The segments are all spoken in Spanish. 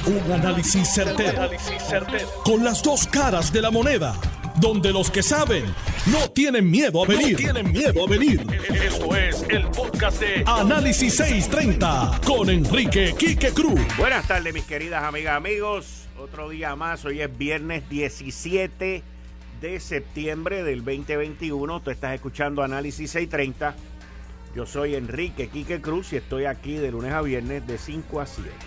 Un análisis certero, con las dos caras de la moneda, donde los que saben no tienen miedo a venir. Esto es el podcast de Análisis 630 con Enrique Quique Cruz. Buenas tardes, mis queridas amigas, amigos. Otro día más. Hoy es viernes 17 de septiembre del 2021. Tú estás escuchando Análisis 630. Yo soy Enrique Quique Cruz y estoy aquí de lunes a viernes de 5 a 7.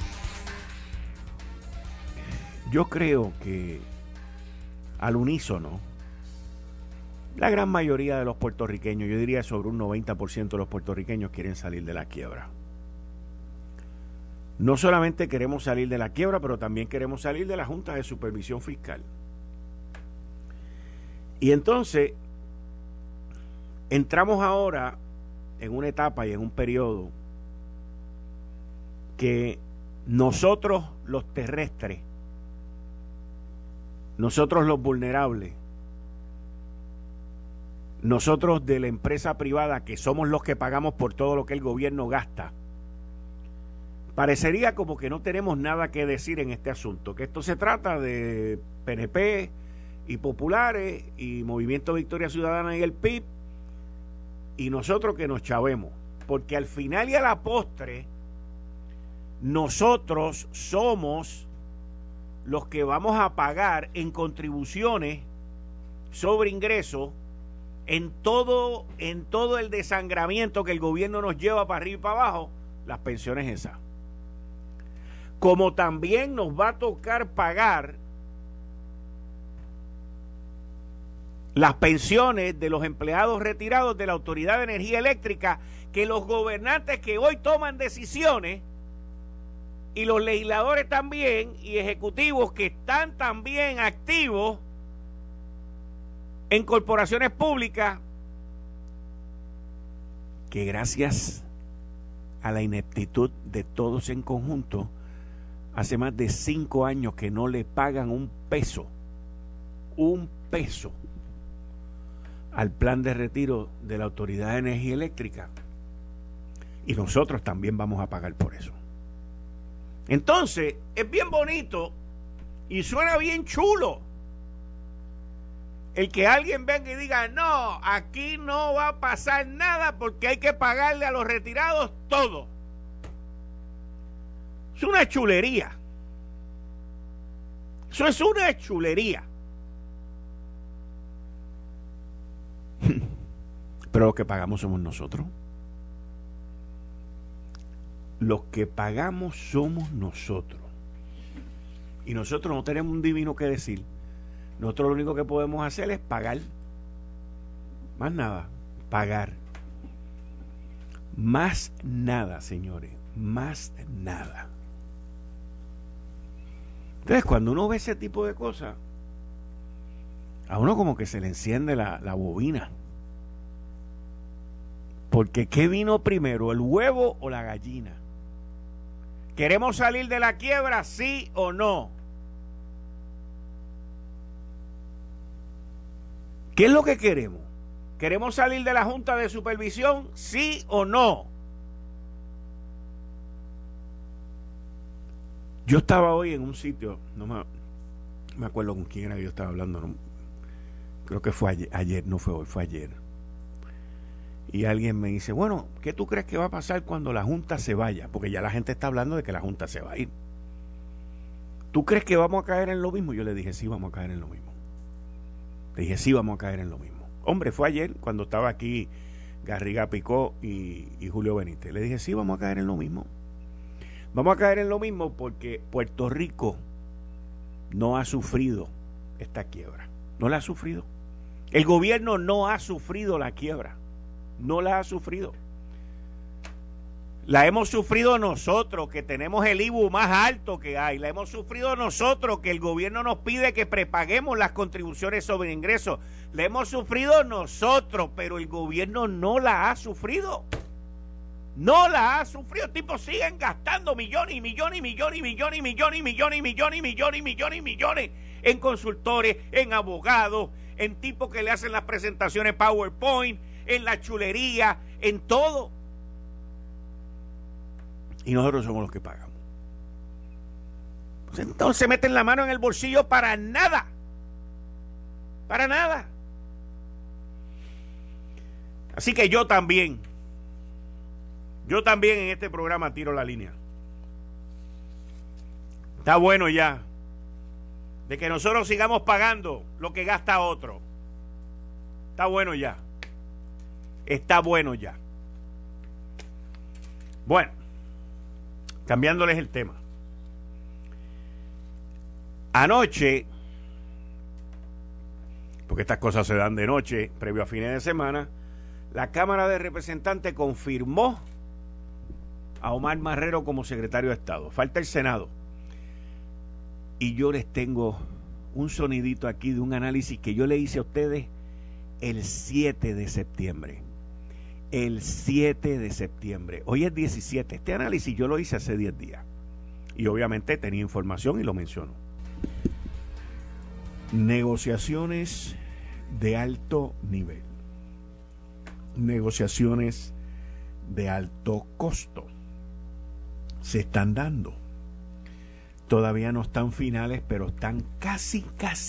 Yo creo que al unísono, la gran mayoría de los puertorriqueños, yo diría sobre un 90% de los puertorriqueños quieren salir de la quiebra. No solamente queremos salir de la quiebra, pero también queremos salir de la Junta de Supervisión Fiscal. Y entonces, entramos ahora en una etapa y en un periodo que nosotros los terrestres, nosotros los vulnerables, nosotros de la empresa privada, que somos los que pagamos por todo lo que el gobierno gasta, parecería como que no tenemos nada que decir en este asunto, que esto se trata de PNP y populares y Movimiento Victoria Ciudadana y el PIB, y nosotros que nos chavemos, porque al final y a la postre nosotros somos los que vamos a pagar en contribuciones sobre ingresos en todo el desangramiento que el gobierno nos lleva para arriba y para abajo, las pensiones esas. Como también nos va a tocar pagar las pensiones de los empleados retirados de la Autoridad de Energía Eléctrica, que los gobernantes que hoy toman decisiones y los legisladores también y ejecutivos que están también activos en corporaciones públicas, que gracias a la ineptitud de todos en conjunto, hace más de 5 años que no le pagan un peso al plan de retiro de la Autoridad de Energía Eléctrica, y nosotros también vamos a pagar por eso. Entonces, es bien bonito y suena bien chulo el que alguien venga y diga: no, aquí no va a pasar nada porque hay que pagarle a los retirados todo. Es una chulería. Eso es una chulería. Pero los que pagamos somos nosotros. Los que pagamos somos nosotros. Y nosotros no tenemos un divino que decir. Nosotros lo único que podemos hacer es pagar. Más nada, pagar. Más nada, señores. Más nada. Entonces, cuando uno ve ese tipo de cosas, a uno como que se le enciende la bobina. Porque ¿qué vino primero, el huevo o la gallina? ¿Queremos salir de la quiebra, sí o no? ¿Qué es lo que queremos? ¿Queremos salir de la Junta de Supervisión, sí o no? Yo estaba hoy en un sitio, no me acuerdo con quién era que yo estaba hablando, no, creo que fue ayer, no fue hoy, fue ayer. Y alguien me dice: bueno, ¿qué tú crees que va a pasar cuando la Junta se vaya? Porque ya la gente está hablando de que la Junta se va a ir. ¿Tú crees que vamos a caer en lo mismo? Yo le dije: sí, vamos a caer en lo mismo. Le dije: sí, vamos a caer en lo mismo. Hombre, fue ayer cuando estaba aquí Garriga Picó y Julio Benítez. Le dije: sí, vamos a caer en lo mismo. Vamos a caer en lo mismo porque Puerto Rico no ha sufrido esta quiebra. No la ha sufrido. El gobierno no ha sufrido la quiebra. No la ha sufrido. La hemos sufrido nosotros, que tenemos el IBU más alto que hay. La hemos sufrido nosotros, que el gobierno nos pide que prepaguemos las contribuciones sobre ingresos. La hemos sufrido nosotros, pero el gobierno no la ha sufrido. No la ha sufrido. Los tipos siguen gastando millones y millones y millones y millones y millones y millones y millones y millones y millones y millones en consultores, en abogados, en tipos que le hacen las presentaciones PowerPoint, en la chulería, en todo. Y nosotros somos los que pagamos. Pues entonces meten la mano en el bolsillo para nada. Para nada. Así que yo también en este programa tiro la línea. Está bueno ya de que nosotros sigamos pagando lo que gasta otro. Está bueno ya. Está bueno ya. Bueno, cambiándoles el tema. Anoche, porque estas cosas se dan de noche, previo a fines de semana, la Cámara de Representantes confirmó a Omar Marrero como secretario de Estado. Falta el Senado. Y yo les tengo un sonidito aquí de un análisis que yo le hice a ustedes el 7 de septiembre. El 7 de septiembre. Hoy es 17. Este análisis yo lo hice hace 10 días. Y obviamente tenía información y lo menciono. Negociaciones de alto nivel. Negociaciones de alto costo. Se están dando. Todavía no están finales, pero están casi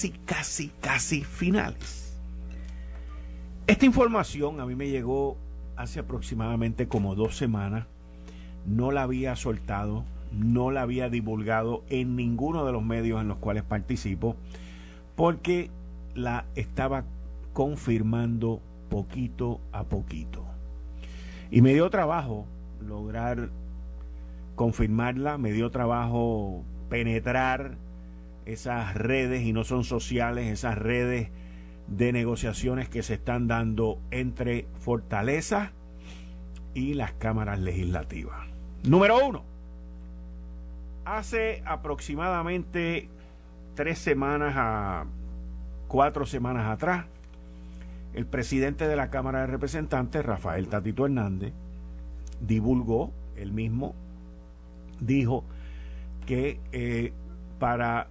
finales. Esta información a mí me llegó hace aproximadamente como 2 semanas. No la había soltado, no la había divulgado en ninguno de los medios en los cuales participo, porque la estaba confirmando poquito a poquito. Y me dio trabajo lograr confirmarla, me dio trabajo penetrar esas redes, y no son sociales, esas redes de negociaciones que se están dando entre Fortaleza y las cámaras legislativas. Número 1. Hace aproximadamente 3 semanas a 4 semanas atrás, el presidente de la Cámara de Representantes, Rafael Tatito Hernández, divulgó, él mismo dijo que para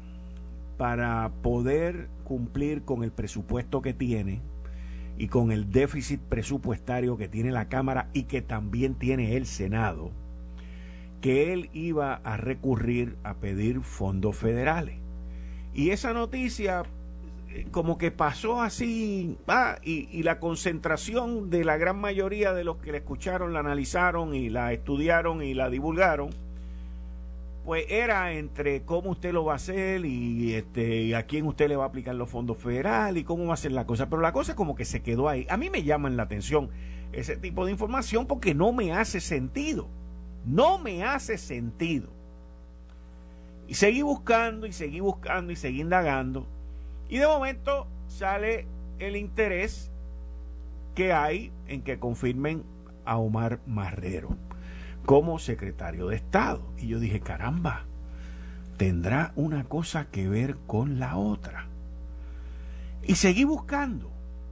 poder cumplir con el presupuesto que tiene y con el déficit presupuestario que tiene la Cámara y que también tiene el Senado, que él iba a recurrir a pedir fondos federales. Y esa noticia como que pasó así, y la concentración de la gran mayoría de los que la escucharon, la analizaron y la estudiaron y la divulgaron, pues era entre cómo usted lo va a hacer y a quién usted le va a aplicar los fondos federales y cómo va a ser la cosa. Pero la cosa como que se quedó ahí. A mí me llaman la atención ese tipo de información porque no me hace sentido. No me hace sentido. Y seguí buscando y seguí indagando. Y de momento sale el interés que hay en que confirmen a Omar Marrero como secretario de Estado. Y yo dije, caramba, ¿tendrá una cosa que ver con la otra? Y seguí buscando.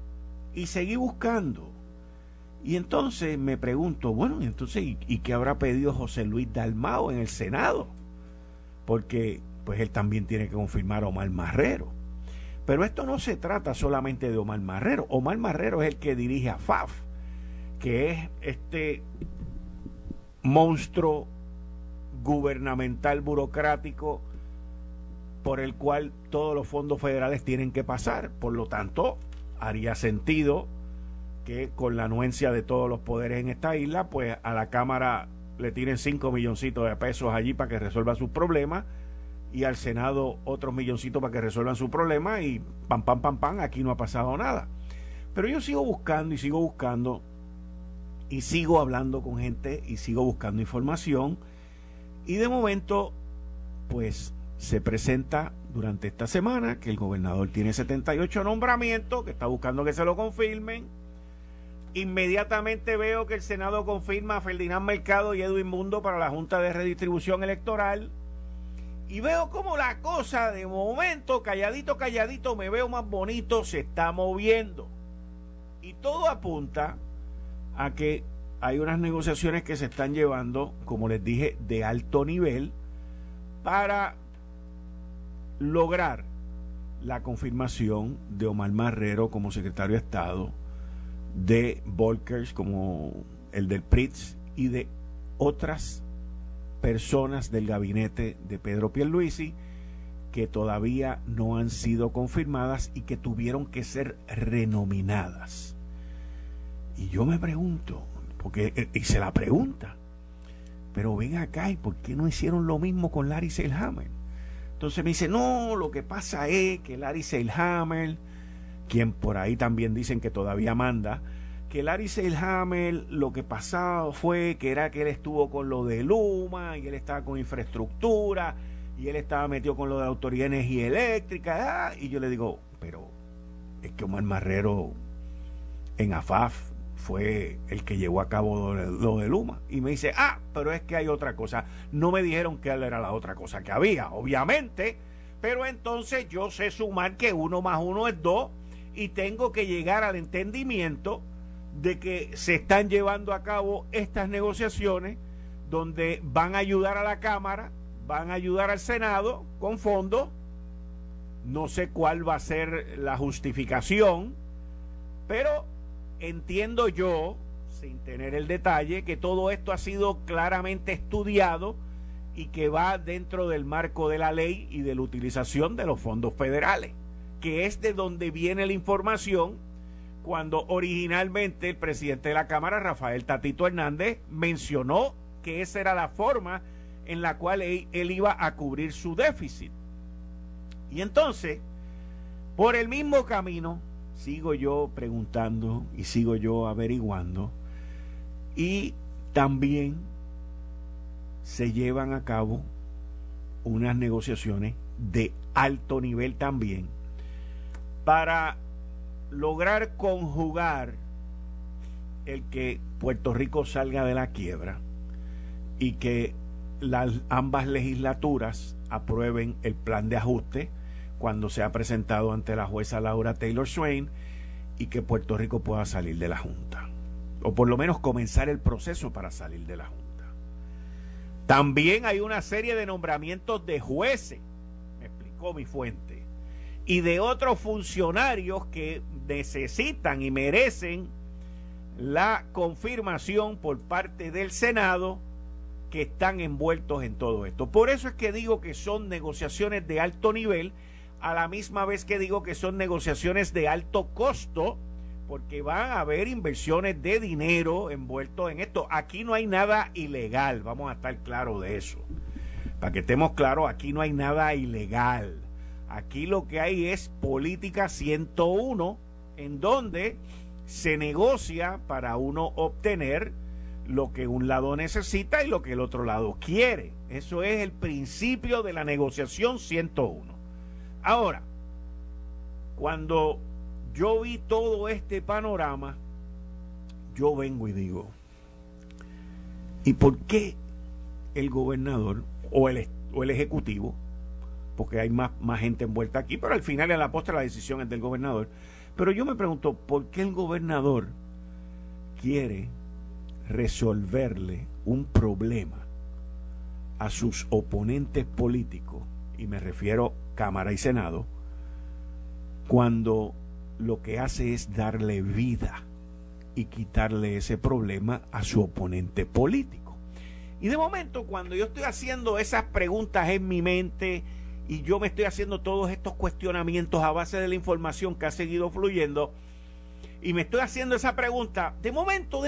Y entonces me pregunto, bueno, entonces, ¿y qué habrá pedido José Luis Dalmau en el Senado? Porque pues él también tiene que confirmar a Omar Marrero. Pero esto no se trata solamente de Omar Marrero. Omar Marrero es el que dirige a FAF, que es este monstruo gubernamental burocrático por el cual todos los fondos federales tienen que pasar. Por lo tanto, haría sentido que con la anuencia de todos los poderes en esta isla, pues a la Cámara le tiren 5 milloncitos de pesos allí para que resuelva sus problemas, y al Senado otros milloncitos para que resuelvan su problema, y pam, aquí no ha pasado nada. Pero yo sigo buscando y sigo hablando con gente y sigo buscando información, y de momento pues se presenta durante esta semana que el gobernador tiene 78 nombramientos, que está buscando que se lo confirmen. Inmediatamente veo que el Senado confirma a Ferdinand Mercado y Edwin Mundo para la Junta de Redistribución Electoral, y veo como la cosa de momento, calladito, me veo más bonito, se está moviendo, y todo apunta a que hay unas negociaciones que se están llevando, como les dije, de alto nivel, para lograr la confirmación de Omar Marrero como secretario de Estado, de Volkers como el del PRITS, y de otras personas del gabinete de Pedro Pierluisi que todavía no han sido confirmadas y que tuvieron que ser renominadas. Y yo me pregunto, porque hice la pregunta, pero ven acá, ¿y por qué no hicieron lo mismo con Larry Selhammer? Entonces me dice, no, lo que pasa es que Larry Selhammer, quien por ahí también dicen que todavía manda, que Larry Selhammer lo que pasaba fue que era que él estuvo con lo de Luma y él estaba con infraestructura y él estaba metido con lo de la Autoridad de Energía Eléctrica, y yo le digo, pero es que Omar Marrero en AFAF fue el que llevó a cabo lo de Luma. Y me dice, pero es que hay otra cosa. No me dijeron que él era la otra cosa que había, obviamente, pero entonces yo sé sumar que 1 más 1 es 2 y tengo que llegar al entendimiento de que se están llevando a cabo estas negociaciones donde van a ayudar a la Cámara, van a ayudar al Senado con fondos. No sé cuál va a ser la justificación, pero entiendo yo, sin tener el detalle, que todo esto ha sido claramente estudiado y que va dentro del marco de la ley y de la utilización de los fondos federales, que es de donde viene la información cuando originalmente el presidente de la Cámara, Rafael Tatito Hernández, mencionó que esa era la forma en la cual él iba a cubrir su déficit. Y entonces, por el mismo camino, sigo yo preguntando y sigo yo averiguando, y también se llevan a cabo unas negociaciones de alto nivel también para lograr conjugar el que Puerto Rico salga de la quiebra y que ambas legislaturas aprueben el plan de ajuste cuando sea presentado ante la jueza Laura Taylor Swain, y que Puerto Rico pueda salir de la Junta, o por lo menos comenzar el proceso para salir de la Junta. También hay una serie de nombramientos de jueces, me explicó mi fuente, y de otros funcionarios que necesitan y merecen la confirmación por parte del Senado, que están envueltos en todo esto. Por eso es que digo que son negociaciones de alto nivel, a la misma vez que digo que son negociaciones de alto costo, porque van a haber inversiones de dinero envueltos en esto. Aquí no hay nada ilegal, vamos a estar claros de eso. Para que estemos claros, aquí no hay nada ilegal. Aquí lo que hay es política 101, en donde se negocia para uno obtener lo que un lado necesita y lo que el otro lado quiere. Eso es el principio de la negociación 101. Ahora, cuando yo vi todo este panorama, yo vengo y digo, ¿y por qué el gobernador o el ejecutivo? Porque hay más gente envuelta aquí, pero al final, a la postre, la decisión es del gobernador. Pero yo me pregunto, ¿por qué el gobernador quiere resolverle un problema a sus oponentes políticos, y me refiero Cámara y Senado, cuando lo que hace es darle vida y quitarle ese problema a su oponente político? Y de momento, cuando yo estoy haciendo esas preguntas en mi mente y yo me estoy haciendo todos estos cuestionamientos a base de la información que ha seguido fluyendo, y me estoy haciendo esa pregunta, de momento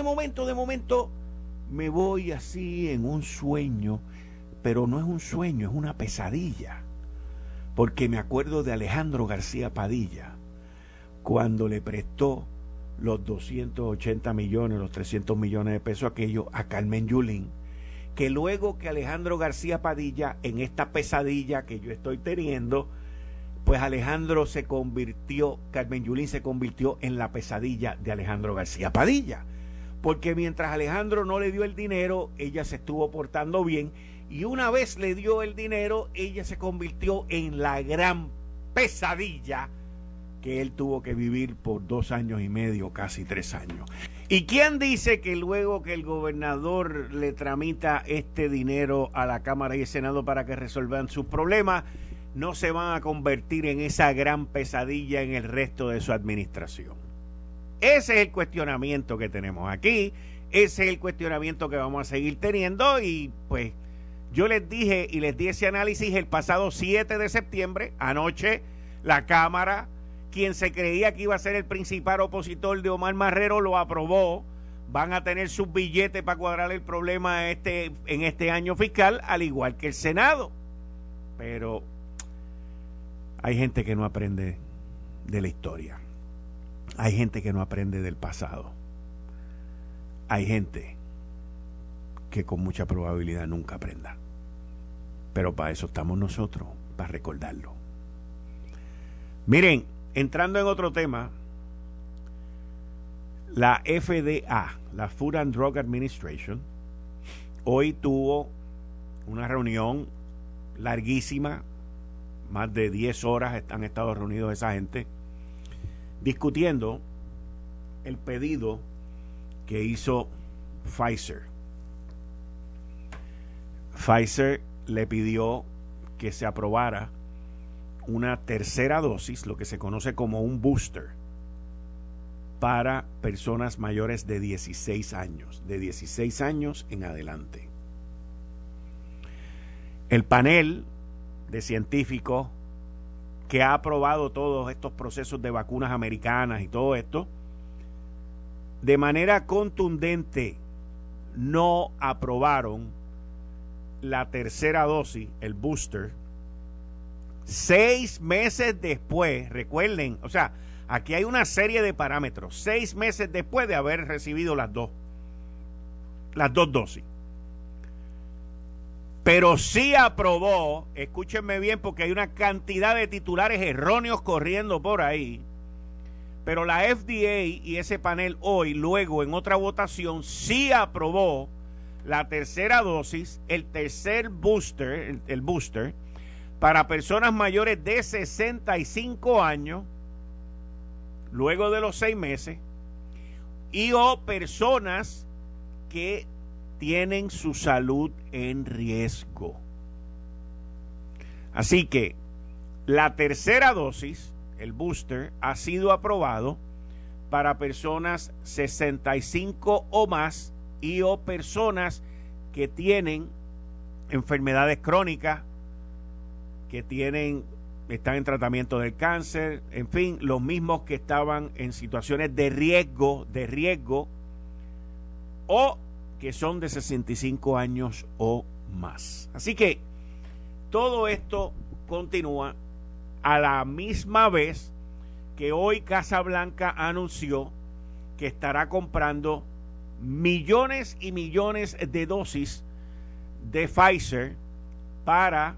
me voy así en un sueño, pero no es un sueño, es una pesadilla, porque me acuerdo de Alejandro García Padilla, cuando le prestó los 280 millones, los 300 millones de pesos aquello a Carmen Yulín, que luego que Alejandro García Padilla, en esta pesadilla que yo estoy teniendo, pues Carmen Yulín se convirtió en la pesadilla de Alejandro García Padilla, porque mientras Alejandro no le dio el dinero, ella se estuvo portando bien, y una vez le dio el dinero, ella se convirtió en la gran pesadilla que él tuvo que vivir por 2 años y medio, casi 3 años. ¿Y quién dice que luego que el gobernador le tramita este dinero a la Cámara y el Senado para que resuelvan sus problemas, no se van a convertir en esa gran pesadilla en el resto de su administración? Ese es el cuestionamiento que tenemos aquí, ese es el cuestionamiento que vamos a seguir teniendo, y pues Yo les dije y les di ese análisis el pasado 7 de septiembre, anoche, la Cámara, quien se creía que iba a ser el principal opositor de Omar Marrero, lo aprobó. Van a tener sus billetes para cuadrar el problema en este año fiscal, al igual que el Senado. Pero hay gente que no aprende de la historia. Hay gente que no aprende del pasado. Hay gente que con mucha probabilidad nunca aprenda. Pero para eso estamos nosotros, para recordarlo. Miren, entrando en otro tema, la FDA, la Food and Drug Administration, hoy tuvo una reunión larguísima, más de 10 horas han estado reunidos esa gente, discutiendo el pedido que hizo Pfizer. Pfizer le pidió que se aprobara una tercera dosis, lo que se conoce como un booster, para personas mayores de 16 años, de 16 años en adelante. El panel de científicos que ha aprobado todos estos procesos de vacunas americanas y todo esto, de manera contundente no aprobaron la tercera dosis, el booster, 6 meses después. Recuerden, o sea, aquí hay una serie de parámetros, 6 meses después de haber recibido las dos dosis. Pero sí aprobó, escúchenme bien porque hay una cantidad de titulares erróneos corriendo por ahí, pero la FDA y ese panel hoy, luego en otra votación, sí aprobó la tercera dosis, el tercer booster, el booster, para personas mayores de 65 años, luego de los 6 meses, y o personas que tienen su salud en riesgo. Así que la tercera dosis, el booster, ha sido aprobado para personas 65 o más y o personas que tienen enfermedades crónicas, que están en tratamiento del cáncer, en fin, los mismos que estaban en situaciones de riesgo, o que son de 65 años o más. Así que todo esto continúa a la misma vez que hoy Casa Blanca anunció que estará comprando millones y millones de dosis de Pfizer para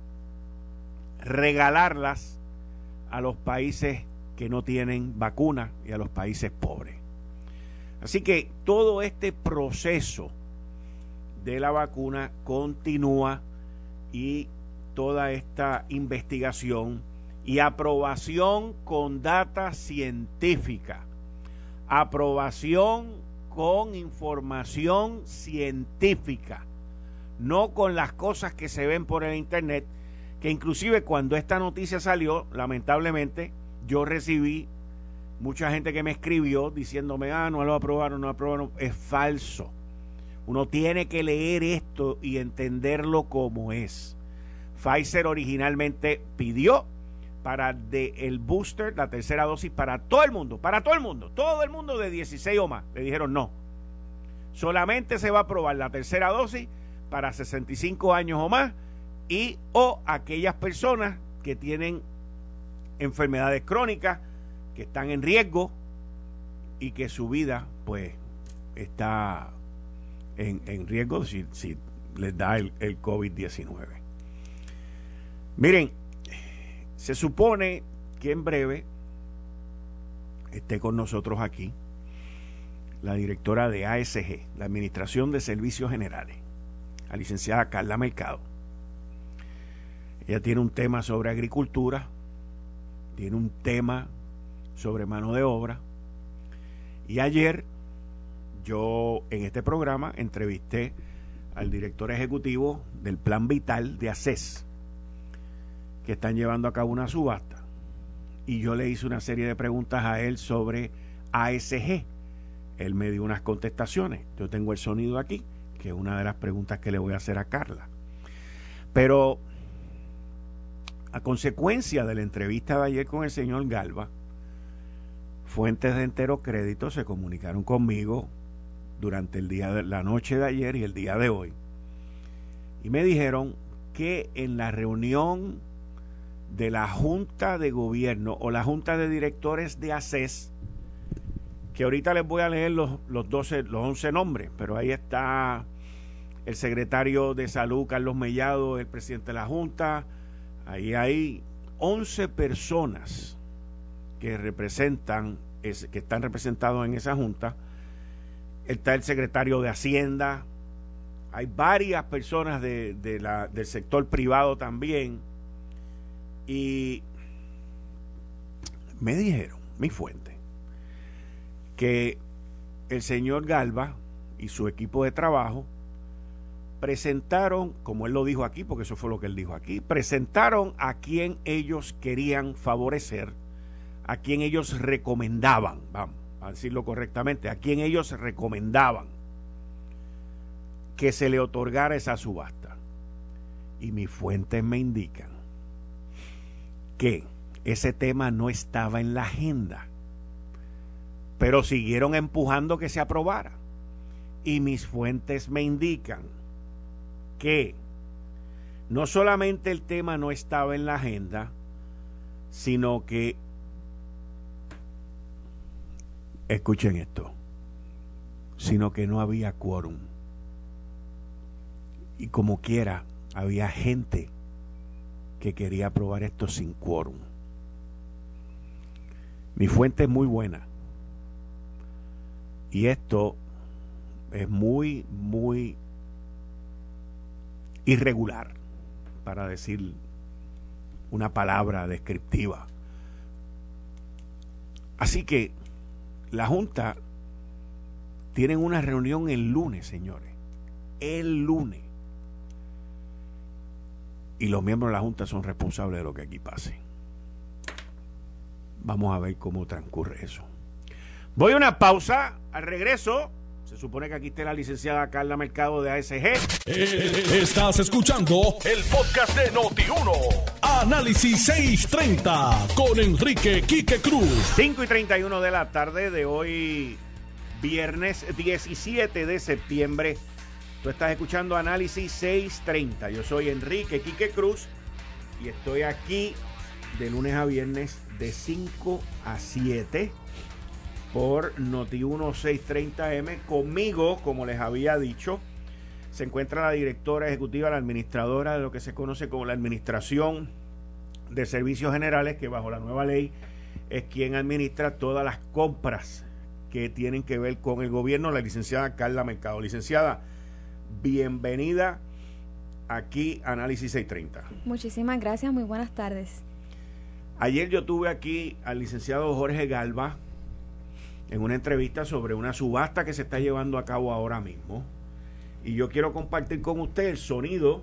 regalarlas a los países que no tienen vacuna y a los países pobres. Así que todo este proceso de la vacuna continúa, y toda esta investigación y aprobación con data científica, aprobación con información científica, no con las cosas que se ven por el internet, que inclusive cuando esta noticia salió, lamentablemente, yo recibí mucha gente que me escribió diciéndome, no lo aprobaron. Es falso. Uno tiene que leer esto y entenderlo como es. Pfizer originalmente pidió para el booster, la tercera dosis, para todo el mundo, todo el mundo de 16 o más. Le dijeron no. Solamente se va a aprobar la tercera dosis para 65 años o más y o aquellas personas que tienen enfermedades crónicas, que están en riesgo y que su vida pues está en riesgo si les da el COVID-19. Miren, se supone que en breve esté con nosotros aquí la directora de ASG, la Administración de Servicios Generales, la licenciada Carla Mercado. Ella tiene un tema sobre agricultura, tiene un tema sobre mano de obra, y ayer yo en este programa entrevisté al director ejecutivo del Plan Vital de ACES, que están llevando a cabo una subasta, y yo le hice una serie de preguntas a él sobre ASG. Él me dio unas contestaciones. Yo tengo el sonido aquí, que es una de las preguntas que le voy a hacer a Carla. Pero a consecuencia de la entrevista de ayer con el señor Galva, fuentes de Entero Crédito se comunicaron conmigo durante la noche de ayer y el día de hoy, y me dijeron que en la reunión de la Junta de Gobierno o la Junta de Directores de ACES, que ahorita les voy a leer los 11 nombres, pero ahí está el secretario de Salud, Carlos Mellado, el presidente de la Junta. Ahí hay 11 personas que están representados en esa Junta. Está el secretario de Hacienda. Hay varias personas del sector privado también. Y me dijeron, mi fuente, que el señor Galva y su equipo de trabajo presentaron, como él lo dijo aquí, porque eso fue lo que él dijo aquí, presentaron a quien ellos querían favorecer, a quien ellos recomendaban, vamos a decirlo correctamente, a quien ellos recomendaban que se le otorgara esa subasta. Y mis fuentes me indican que ese tema no estaba en la agenda, pero siguieron empujando que se aprobara. Y mis fuentes me indican que no solamente el tema no estaba en la agenda, sino que, escuchen esto, sino que no había quórum. Y como quiera, había gente que quería aprobar esto sin quórum. Mi fuente es muy buena. Y esto es muy, muy irregular, para decir una palabra descriptiva. Así que la Junta tiene una reunión el lunes, señores. El lunes. Y los miembros de la Junta son responsables de lo que aquí pase. Vamos a ver cómo transcurre eso. Voy a una pausa. Al regreso, se supone que aquí esté la licenciada Carla Mercado de ASG. Estás escuchando el podcast de Noti1. Análisis 630 con Enrique Quique Cruz. 5:31 de la tarde de hoy, viernes 17 de septiembre. Tú estás escuchando Análisis 630. Yo soy Enrique Quique Cruz y estoy aquí de lunes a viernes de 5 a 7 por Noti1 630M. Conmigo, como les había dicho, se encuentra la directora ejecutiva, la administradora de lo que se conoce como la Administración de Servicios Generales, que bajo la nueva ley es quien administra todas las compras que tienen que ver con el gobierno, la licenciada Carla Mercado. Licenciada, bienvenida aquí a Análisis 630. Muchísimas gracias, muy buenas tardes. Ayer yo tuve aquí al licenciado Jorge Galva en una entrevista sobre una subasta que se está llevando a cabo ahora mismo, y yo quiero compartir con usted el sonido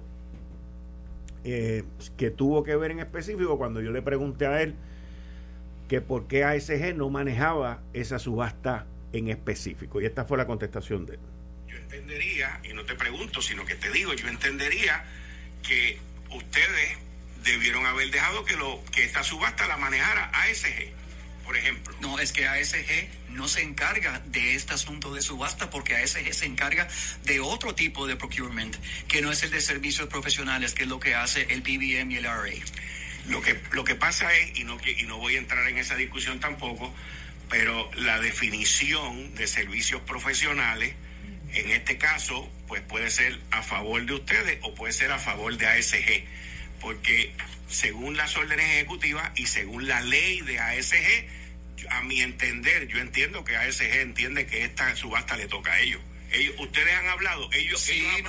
que tuvo que ver en específico cuando yo le pregunté a él que por qué ASG no manejaba esa subasta en específico, y esta fue la contestación de él. Yo entendería, y no te pregunto, sino que te digo, yo entendería que ustedes debieron haber dejado que esta subasta la manejara ASG, por ejemplo. No, es que ASG no se encarga de este asunto de subasta, porque ASG se encarga de otro tipo de procurement, que no es el de servicios profesionales, que es lo que hace el PBM y el RA. Lo que pasa es, y no voy a entrar en esa discusión tampoco, pero la definición de servicios profesionales, en este caso, pues puede ser a favor de ustedes o puede ser a favor de ASG, porque según las órdenes ejecutivas y según la ley de ASG, a mi entender, yo entiendo que ASG entiende que esta subasta le toca a ellos. Ustedes han hablado, ellos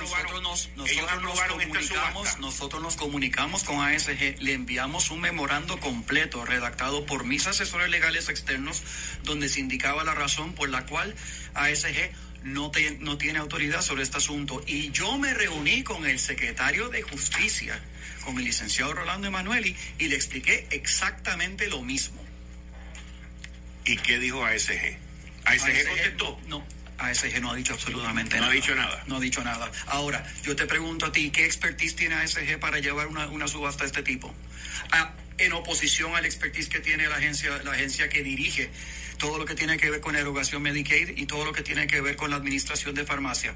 nosotros nos comunicamos con ASG, le enviamos un memorando completo redactado por mis asesores legales externos, donde se indicaba la razón por la cual ASG no tiene autoridad sobre este asunto. Y yo me reuní con el secretario de Justicia, con el licenciado Rolando Emanueli, y le expliqué exactamente lo mismo. ¿Y qué dijo ASG? ¿ASG contestó? No. ASG no ha dicho absolutamente nada. No ha dicho nada. No ha dicho nada. Ahora, yo te pregunto a ti, ¿qué expertise tiene ASG para llevar una subasta de este tipo? En oposición al expertise que tiene la agencia que dirige todo lo que tiene que ver con erogación Medicaid y todo lo que tiene que ver con la administración de farmacia.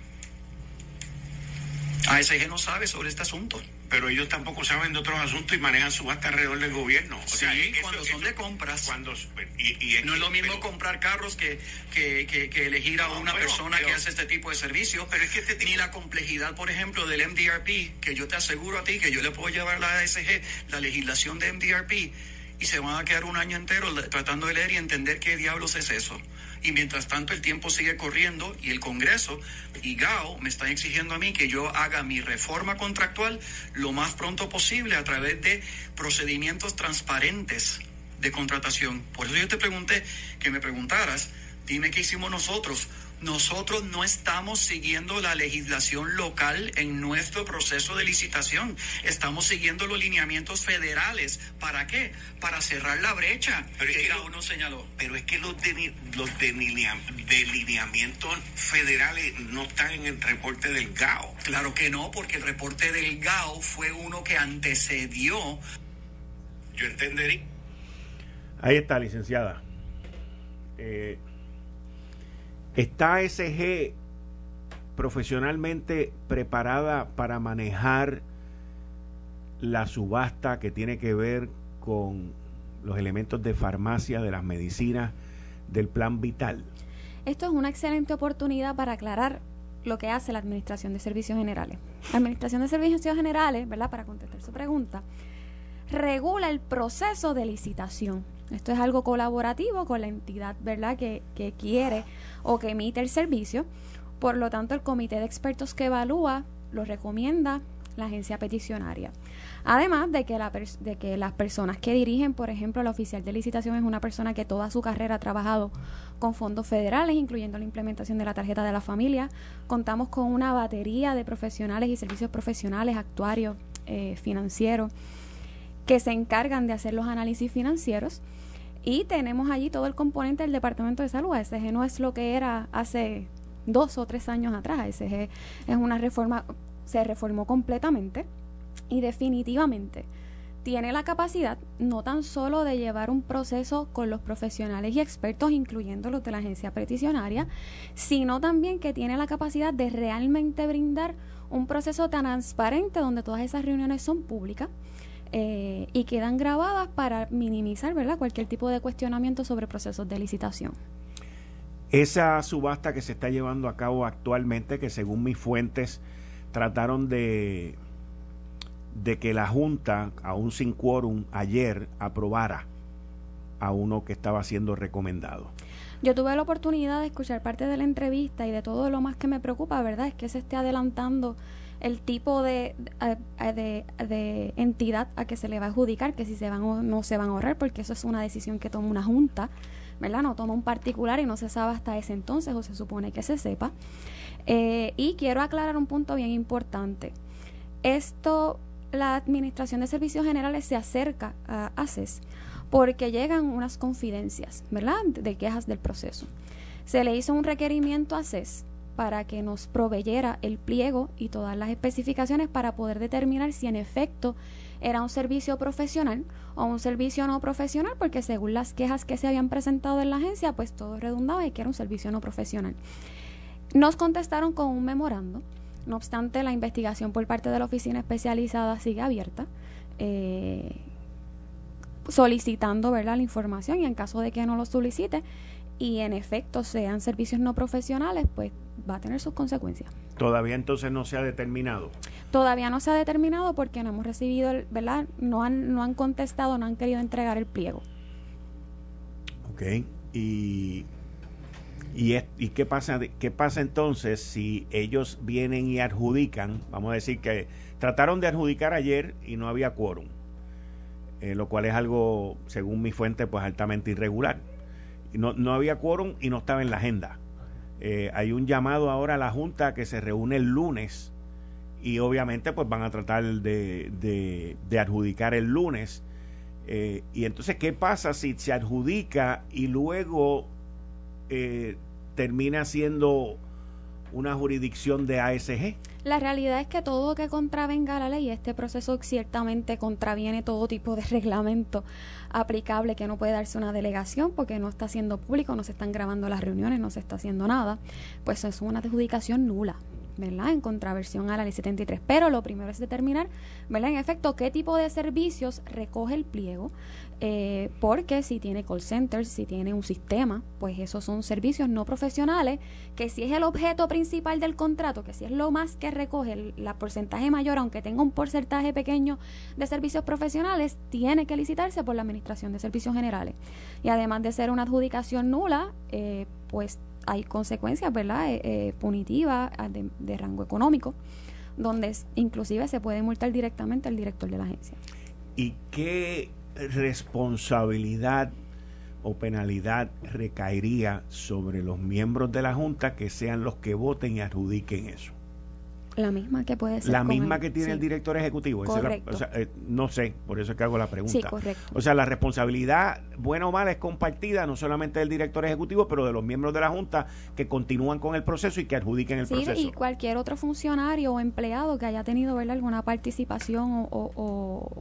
ASG no sabe sobre este asunto. Pero ellos tampoco saben de otros asuntos y manejan subasta alrededor del gobierno. O sea, cuando son de compras. No es lo mismo comprar carros que elegir a una persona que hace este tipo de servicios. Pero es que ni la complejidad, por ejemplo, del MDRP, que yo te aseguro a ti que yo le puedo llevar a la ASG la legislación de MDRP y se van a quedar un año entero tratando de leer y entender qué diablos es eso. Y mientras tanto el tiempo sigue corriendo y el Congreso y GAO me están exigiendo a mí que yo haga mi reforma contractual lo más pronto posible a través de procedimientos transparentes de contratación. Por eso yo te pregunté, que me preguntaras, dime qué hicimos nosotros. Nosotros no estamos siguiendo la legislación local en nuestro proceso de licitación. Estamos siguiendo los lineamientos federales. ¿Para qué? Para cerrar la brecha que GAO nos señaló. Pero es que los delineamientos federales no están en el reporte del GAO. Claro que no, porque el reporte del GAO fue uno que antecedió. Yo entendería. Ahí está, licenciada. ¿Está ASG profesionalmente preparada para manejar la subasta que tiene que ver con los elementos de farmacia, de las medicinas, del plan vital? Esto es una excelente oportunidad para aclarar lo que hace la Administración de Servicios Generales. La Administración de Servicios Generales, ¿verdad?, para contestar su pregunta, regula el proceso de licitación. Esto es algo colaborativo con la entidad, ¿verdad?, que quiere o que emite el servicio. Por lo tanto, el comité de expertos que evalúa lo recomienda la agencia peticionaria. Además de que las personas que dirigen, por ejemplo, la oficial de licitación es una persona que toda su carrera ha trabajado con fondos federales, incluyendo la implementación de la tarjeta de la familia. Contamos con una batería de profesionales y servicios profesionales, actuarios, financieros, que se encargan de hacer los análisis financieros, y tenemos allí todo el componente del Departamento de Salud. ASG no es lo que era hace 2 o 3 años atrás. ASG es una reforma, se reformó completamente y definitivamente tiene la capacidad no tan solo de llevar un proceso con los profesionales y expertos, incluyendo los de la agencia peticionaria, sino también que tiene la capacidad de realmente brindar un proceso tan transparente donde todas esas reuniones son públicas y quedan grabadas para minimizar, ¿verdad?, cualquier tipo de cuestionamiento sobre procesos de licitación. Esa subasta que se está llevando a cabo actualmente, que según mis fuentes trataron de que la Junta, aún sin quórum, ayer aprobara a uno que estaba siendo recomendado. Yo tuve la oportunidad de escuchar parte de la entrevista y de todo lo más que me preocupa, ¿verdad?, es que se esté adelantando el tipo de entidad a que se le va a adjudicar, que si se van o no se van a ahorrar, porque eso es una decisión que toma una junta, ¿verdad? No toma un particular y no se sabe hasta ese entonces, o se supone que se sepa. Y quiero aclarar un punto bien importante. La Administración de Servicios Generales se acerca a ACES porque llegan unas confidencias, ¿verdad?, de quejas del proceso. Se le hizo un requerimiento a ACES para que nos proveyera el pliego y todas las especificaciones para poder determinar si en efecto era un servicio profesional o un servicio no profesional, porque según las quejas que se habían presentado en la agencia, pues todo redundaba en que era un servicio no profesional. Nos contestaron con un memorando. No obstante, la investigación por parte de la oficina especializada sigue abierta, solicitando, ¿verdad?, la información, y en caso de que no lo solicite y en efecto sean servicios no profesionales, pues va a tener sus consecuencias. ¿Todavía entonces no se ha determinado? Todavía no se ha determinado porque no hemos recibido, ¿verdad?, no han contestado, no han querido entregar el pliego. Ok. ¿Y qué pasa entonces si ellos vienen y adjudican? Vamos a decir que trataron de adjudicar ayer y no había quórum, lo cual es algo, según mi fuente, pues altamente irregular. No había quórum y no estaba en la agenda. Hay un llamado ahora a la Junta que se reúne el lunes y obviamente pues van a tratar de adjudicar el lunes. Y entonces, ¿qué pasa si se adjudica y luego termina siendo una jurisdicción de ASG? La realidad es que todo que contravenga la ley, este proceso ciertamente contraviene todo tipo de reglamento aplicable, que no puede darse una delegación porque no está siendo público, no se están grabando las reuniones, no se está haciendo nada, pues es una adjudicación nula, ¿verdad? En contraversión a la ley 73. Pero lo primero es determinar, ¿verdad?, en efecto, qué tipo de servicios recoge el pliego, porque si tiene call centers, si tiene un sistema, pues esos son servicios no profesionales, que si es el objeto principal del contrato, que si es lo más que recoge, la porcentaje mayor, aunque tenga un porcentaje pequeño de servicios profesionales, tiene que licitarse por la Administración de Servicios Generales. Y además de ser una adjudicación nula, pues hay consecuencias, ¿verdad?, punitivas de rango económico, donde inclusive se puede multar directamente al director de la agencia. ¿Y qué responsabilidad o penalidad recaería sobre los miembros de la Junta que sean los que voten y adjudiquen eso? La misma que puede ser. La misma que tiene el director ejecutivo. Correcto. No sé, por eso es que hago la pregunta. Sí, correcto. O sea, la responsabilidad, buena o mala, es compartida, no solamente del director ejecutivo, pero de los miembros de la Junta que continúan con el proceso y que adjudiquen el proceso. Sí, y cualquier otro funcionario o empleado que haya tenido, ¿verdad?, alguna participación o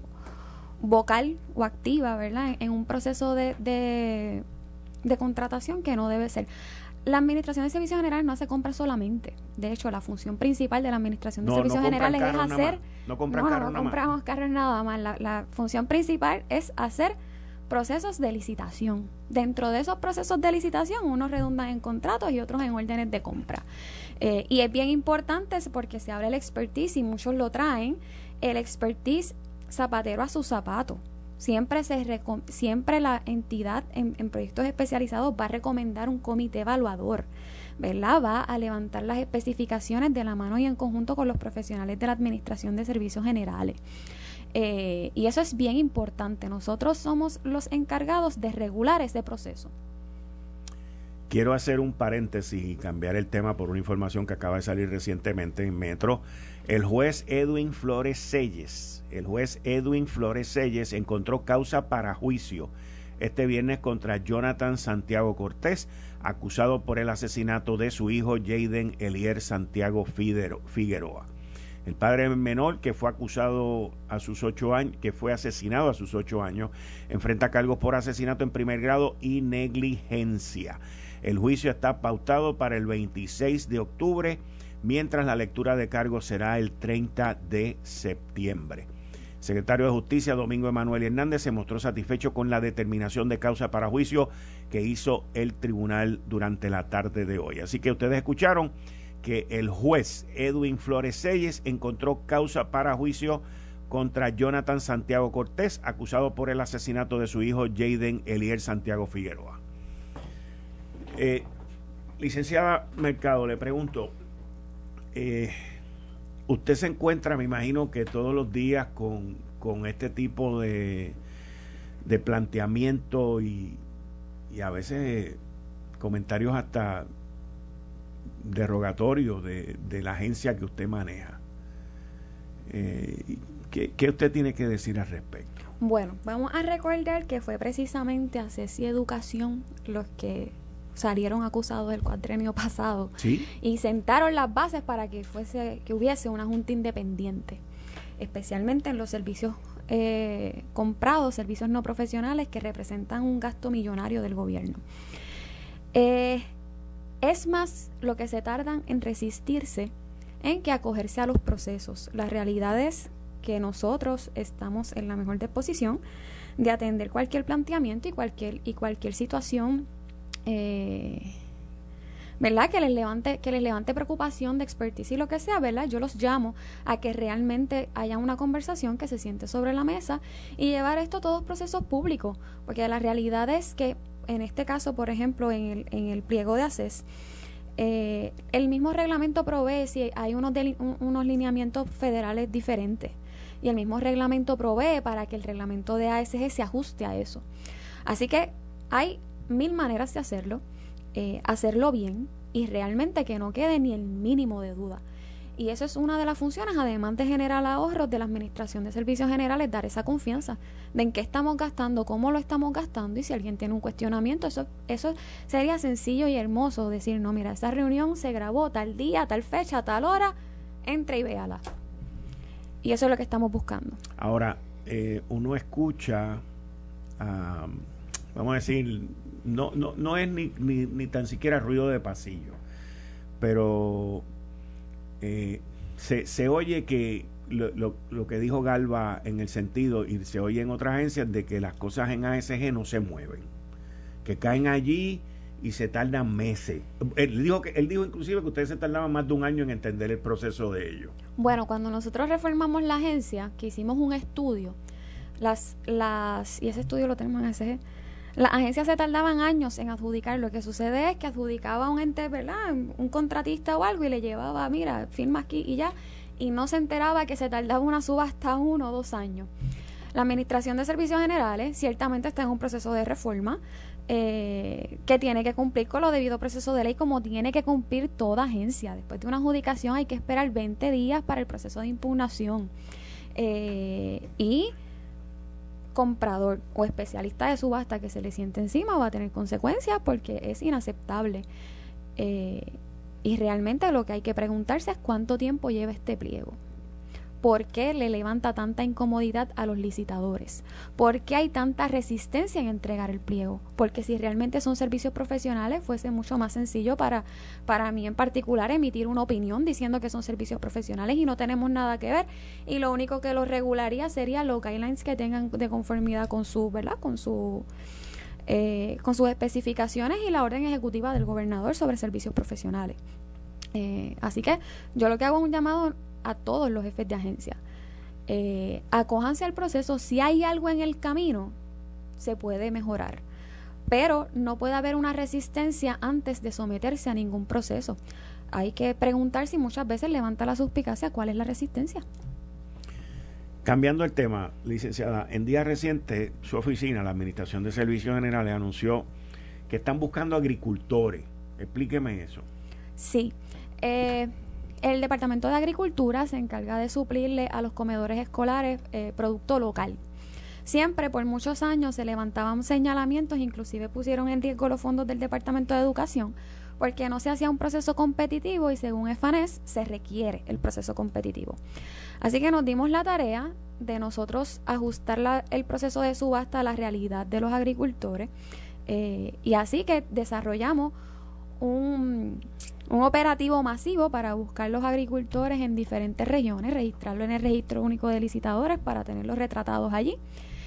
vocal o activa, ¿verdad?, en un proceso de contratación, que no debe ser. La Administración de Servicios Generales no hace compras solamente. De hecho, la función principal de la Administración de Servicios Generales es hacer... No compramos carros nada más. La función principal es hacer procesos de licitación. Dentro de esos procesos de licitación, unos redundan en contratos y otros en órdenes de compra. Y es bien importante porque se habla del expertise, y muchos lo traen, el expertise zapatero a su zapato. Siempre la entidad en proyectos especializados va a recomendar un comité evaluador, ¿verdad? Va a levantar las especificaciones de la mano y en conjunto con los profesionales de la Administración de Servicios Generales. Y eso es bien importante. Nosotros somos los encargados de regular ese proceso. Quiero hacer un paréntesis y cambiar el tema por una información que acaba de salir recientemente en Metro. El juez Edwin Flores Selles encontró causa para juicio este viernes contra Jonathan Santiago Cortés, acusado por el asesinato de su hijo Jaden Elier Santiago Figueroa. El padre menor, que fue acusado a sus 8 años, que fue asesinado a sus 8 años, enfrenta cargos por asesinato en primer grado y negligencia. El juicio está pautado para el 26 de octubre, mientras la lectura de cargos será el 30 de septiembre. El secretario de Justicia, Domingo Emanuel Hernández, se mostró satisfecho con la determinación de causa para juicio que hizo el tribunal durante la tarde de hoy. Así que ustedes escucharon que el juez Edwin Flores Selles encontró causa para juicio contra Jonathan Santiago Cortés, acusado por el asesinato de su hijo Jaden Elier Santiago Figueroa. Licenciada Mercado, le pregunto, usted se encuentra, me imagino que todos los días con este tipo de planteamiento y a veces comentarios hasta derogatorios de la agencia que usted maneja. ¿Qué usted tiene que decir al respecto? Bueno, vamos a recordar que fue precisamente ACES y Educación los que salieron acusados del cuatrienio pasado. ¿Sí? Y sentaron las bases para que hubiese una junta independiente, especialmente en los servicios comprados, servicios no profesionales que representan un gasto millonario del gobierno. Es más lo que se tardan en resistirse en que acogerse a los procesos. La realidad es que nosotros estamos en la mejor disposición de atender cualquier planteamiento y cualquier situación, ¿verdad?, que les levante preocupación de expertise y lo que sea, ¿verdad? Yo los llamo a que realmente haya una conversación, que se siente sobre la mesa y llevar esto a todos procesos públicos, porque la realidad es que en este caso, por ejemplo, en el pliego de ACES, el mismo reglamento provee si hay unos lineamientos federales diferentes, y el mismo reglamento provee para que el reglamento de ASG se ajuste a eso. Así que hay 1000 maneras de hacerlo bien y realmente que no quede ni el mínimo de duda. Y eso es una de las funciones, además de generar ahorros de la Administración de Servicios Generales, dar esa confianza de en qué estamos gastando, cómo lo estamos gastando, y si alguien tiene un cuestionamiento, eso sería sencillo y hermoso, decir, no, mira, esa reunión se grabó tal día, tal fecha, tal hora, entre y véala. Y eso es lo que estamos buscando. Ahora, uno escucha, vamos a decir, no es ni tan siquiera ruido de pasillo, pero se oye que lo que dijo Galva en el sentido, y se oye en otras agencias, de que las cosas en ASG no se mueven, que caen allí y se tardan meses. Él dijo inclusive que ustedes se tardaban más de un año en entender el proceso de ello. Bueno, cuando nosotros reformamos la agencia, que hicimos un estudio, y ese estudio lo tenemos en ASG, las agencias se tardaban años en adjudicar. Lo que sucede es que adjudicaba a un ente, ¿verdad?, un contratista o algo, y le llevaba, mira, firma aquí y ya, y no se enteraba que se tardaba una subasta 1 o 2 años. La Administración de Servicios Generales ciertamente está en un proceso de reforma que tiene que cumplir con lo debido proceso de ley, como tiene que cumplir toda agencia. Después de una adjudicación hay que esperar 20 días para el proceso de impugnación. Y comprador o especialista de subasta que se le siente encima va a tener consecuencias, porque es inaceptable. Y realmente lo que hay que preguntarse es cuánto tiempo lleva este pliego. ¿Por qué le levanta tanta incomodidad a los licitadores? ¿Por qué hay tanta resistencia en entregar el pliego? Porque si realmente son servicios profesionales, fuese mucho más sencillo para mí en particular emitir una opinión diciendo que son servicios profesionales y no tenemos nada que ver. Y lo único que los regularía sería los guidelines que tengan de conformidad con su, ¿verdad?, con sus especificaciones y la orden ejecutiva del gobernador sobre servicios profesionales. Así que yo lo que hago es un llamado a todos los jefes de agencia. Acójanse al proceso. Si hay algo en el camino, se puede mejorar, pero no puede haber una resistencia antes de someterse a ningún proceso. Hay que preguntar si muchas veces levanta la suspicacia cuál es la resistencia. Cambiando el tema, licenciada, en días recientes su oficina, la Administración de Servicios Generales, anunció que están buscando agricultores. Explíqueme eso. Sí. El Departamento de Agricultura se encarga de suplirle a los comedores escolares producto local. Siempre, por muchos años, se levantaban señalamientos, inclusive pusieron en riesgo los fondos del Departamento de Educación, porque no se hacía un proceso competitivo y según EFANES se requiere el proceso competitivo. Así que nos dimos la tarea de nosotros ajustar el proceso de subasta a la realidad de los agricultores, y así que desarrollamos un operativo masivo para buscar los agricultores en diferentes regiones, registrarlo en el Registro Único de Licitadores para tenerlos retratados allí,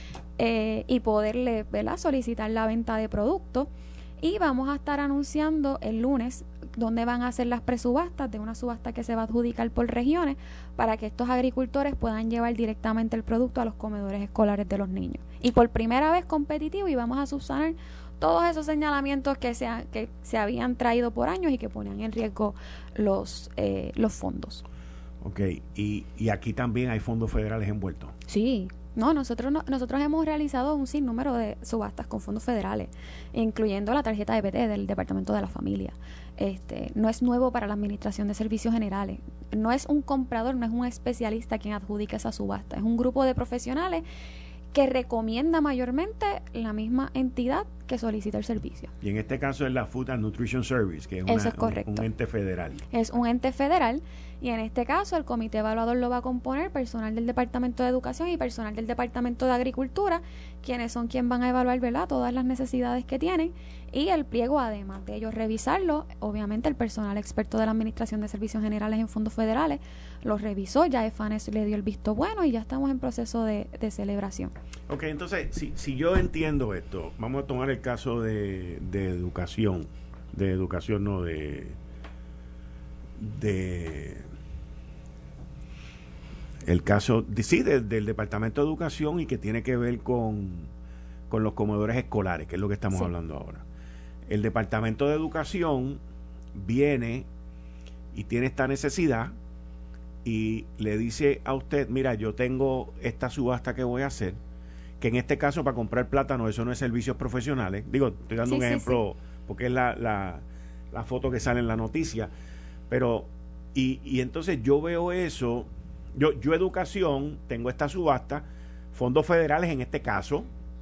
y poderle, ¿verdad?, solicitar la venta de productos. Y vamos a estar anunciando el lunes dónde van a hacer las presubastas de una subasta que se va a adjudicar por regiones para que estos agricultores puedan llevar directamente el producto a los comedores escolares de los niños. Y por primera vez competitivo, y vamos a subsanar todos esos señalamientos que se habían traído por años y que ponían en riesgo los fondos. Ok, y aquí también hay fondos federales envueltos. Sí, nosotros hemos realizado un sinnúmero de subastas con fondos federales, incluyendo la tarjeta de PT del Departamento de la Familia. No es nuevo para la Administración de Servicios Generales. No es un comprador, no es un especialista quien adjudica esa subasta. Es un grupo de profesionales que recomienda mayormente la misma entidad que solicita el servicio. Y en este caso es la Food and Nutrition Service, que es un ente federal. Es un ente federal, y en este caso el comité evaluador lo va a componer personal del Departamento de Educación y personal del Departamento de Agricultura, quienes van a evaluar, ¿verdad?, todas las necesidades que tienen, y el pliego, además de ellos revisarlo, obviamente el personal experto de la Administración de Servicios Generales en fondos federales lo revisó, ya EFANES le dio el visto bueno y ya estamos en proceso de celebración. Ok, entonces, si yo entiendo esto, vamos a tomar el caso de educación, el caso del Departamento de Educación, y que tiene que ver con los comedores escolares, que es lo que estamos hablando ahora. El Departamento de Educación viene y tiene esta necesidad y le dice a usted, mira, yo tengo esta subasta que voy a hacer, que en este caso para comprar plátano, eso no es servicios profesionales. Digo, estoy dando un ejemplo porque es la foto que sale en la noticia, pero Y entonces yo veo eso, yo educación, tengo esta subasta, fondos federales en este caso,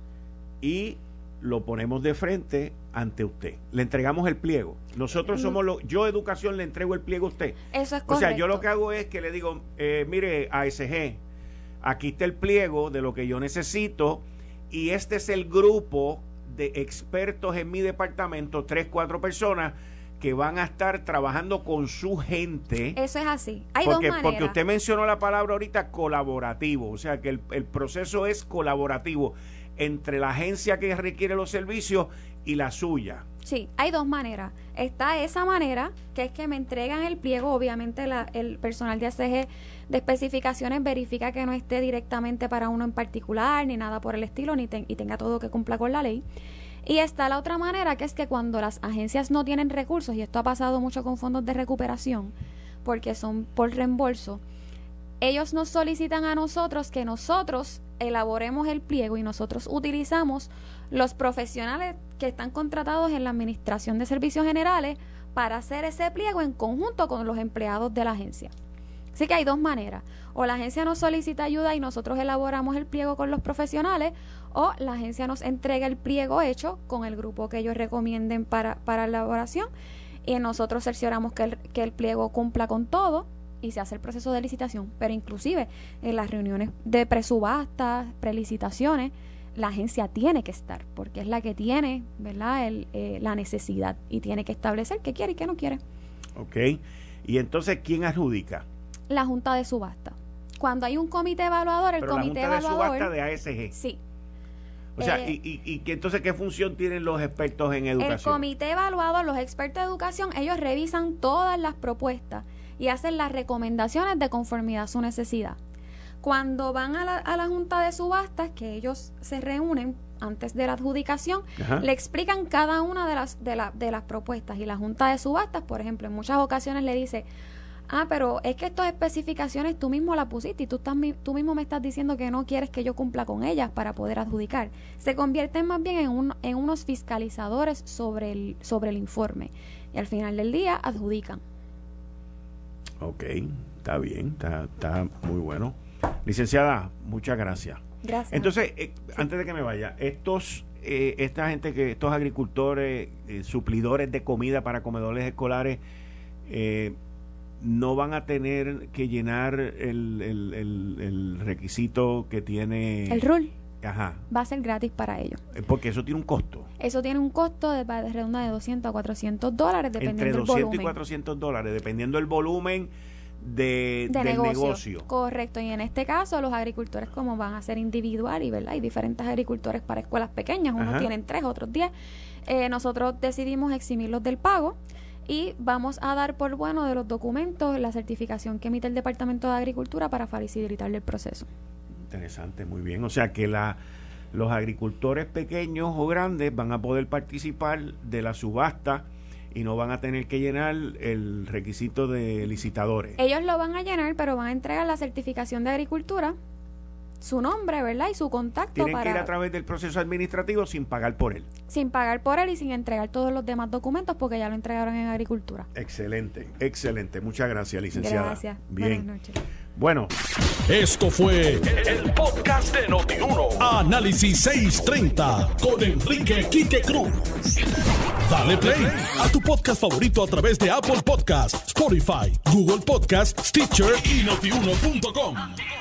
y lo ponemos de frente ante usted. Le entregamos el pliego. Nosotros somos yo educación le entrego el pliego a usted. Eso es correcto. O sea, yo lo que hago es que le digo, mire, ASG, aquí está el pliego de lo que yo necesito y este es el grupo de expertos en mi departamento, 3, 4 personas que van a estar trabajando con su gente. Eso es así. Hay dos maneras. Porque usted mencionó la palabra ahorita colaborativo, o sea que el proceso es colaborativo entre la agencia que requiere los servicios y la suya. Sí, hay dos maneras. Está esa manera, que es que me entregan el pliego, obviamente el personal de ACG de especificaciones verifica que no esté directamente para uno en particular, ni nada por el estilo, y tenga todo que cumpla con la ley. Y está la otra manera, que es que cuando las agencias no tienen recursos, y esto ha pasado mucho con fondos de recuperación, porque son por reembolso, ellos nos solicitan a nosotros que nosotros elaboremos el pliego y nosotros utilizamos los profesionales que están contratados en la Administración de Servicios Generales para hacer ese pliego en conjunto con los empleados de la agencia. Así que hay dos maneras. O la agencia nos solicita ayuda y nosotros elaboramos el pliego con los profesionales, o la agencia nos entrega el pliego hecho con el grupo que ellos recomienden para la elaboración y nosotros cercioramos que el pliego cumpla con todo y se hace el proceso de licitación. Pero inclusive en las reuniones de presubastas, prelicitaciones, la agencia tiene que estar porque es la que tiene, ¿verdad?, la necesidad y tiene que establecer qué quiere y qué no quiere. Ok. Y entonces, ¿quién adjudica? La Junta de Subasta. Cuando hay un comité evaluador, el comité evaluador... la Junta de Subasta de ASG. Sí. O sea, entonces, ¿qué función tienen los expertos en educación? El comité evaluador, los expertos de educación, ellos revisan todas las propuestas y hacen las recomendaciones de conformidad a su necesidad. Cuando van a la Junta de Subastas, que ellos se reúnen antes de la adjudicación, ajá, le explican cada una de las propuestas, y la Junta de Subastas, por ejemplo, en muchas ocasiones le dice: pero es que estas especificaciones tú mismo las pusiste y tú mismo me estás diciendo que no quieres que yo cumpla con ellas para poder adjudicar. Se convierten más bien en unos fiscalizadores sobre el informe y al final del día adjudican. Ok, está bien, está muy bueno. Licenciada, muchas gracias. Gracias. Entonces, antes de que me vaya, esta gente, estos agricultores, suplidores de comida para comedores escolares, no van a tener que llenar el requisito que tiene... El RUL. Ajá. Va a ser gratis para ellos. Porque eso tiene un costo. Eso tiene un costo de redonda de $200 a $400, dependiendo del volumen. Entre $200 y $400, dependiendo del volumen del negocio. Correcto. Y en este caso, los agricultores, como van a ser individual, y ¿verdad?, hay diferentes agricultores para escuelas pequeñas, unos ajá, tienen 3, otros 10. Nosotros decidimos eximirlos del pago y vamos a dar por bueno de los documentos la certificación que emite el Departamento de Agricultura para facilitarle el proceso. Interesante, muy bien. O sea que los agricultores pequeños o grandes van a poder participar de la subasta y no van a tener que llenar el requisito de licitadores. Ellos lo van a llenar, pero van a entregar la certificación de agricultura, su nombre, ¿verdad?, y su contacto. Tienen que ir a través del proceso administrativo sin pagar por él. Sin pagar por él y sin entregar todos los demás documentos porque ya lo entregaron en agricultura. Excelente, excelente. Muchas gracias, licenciada. Gracias. Bien. Buenas noches. Bueno. Esto fue el podcast de Noti1. Análisis 630 con Enrique Quique Cruz. Dale play a tu podcast favorito a través de Apple Podcasts, Spotify, Google Podcasts, Stitcher y Notiuno.com.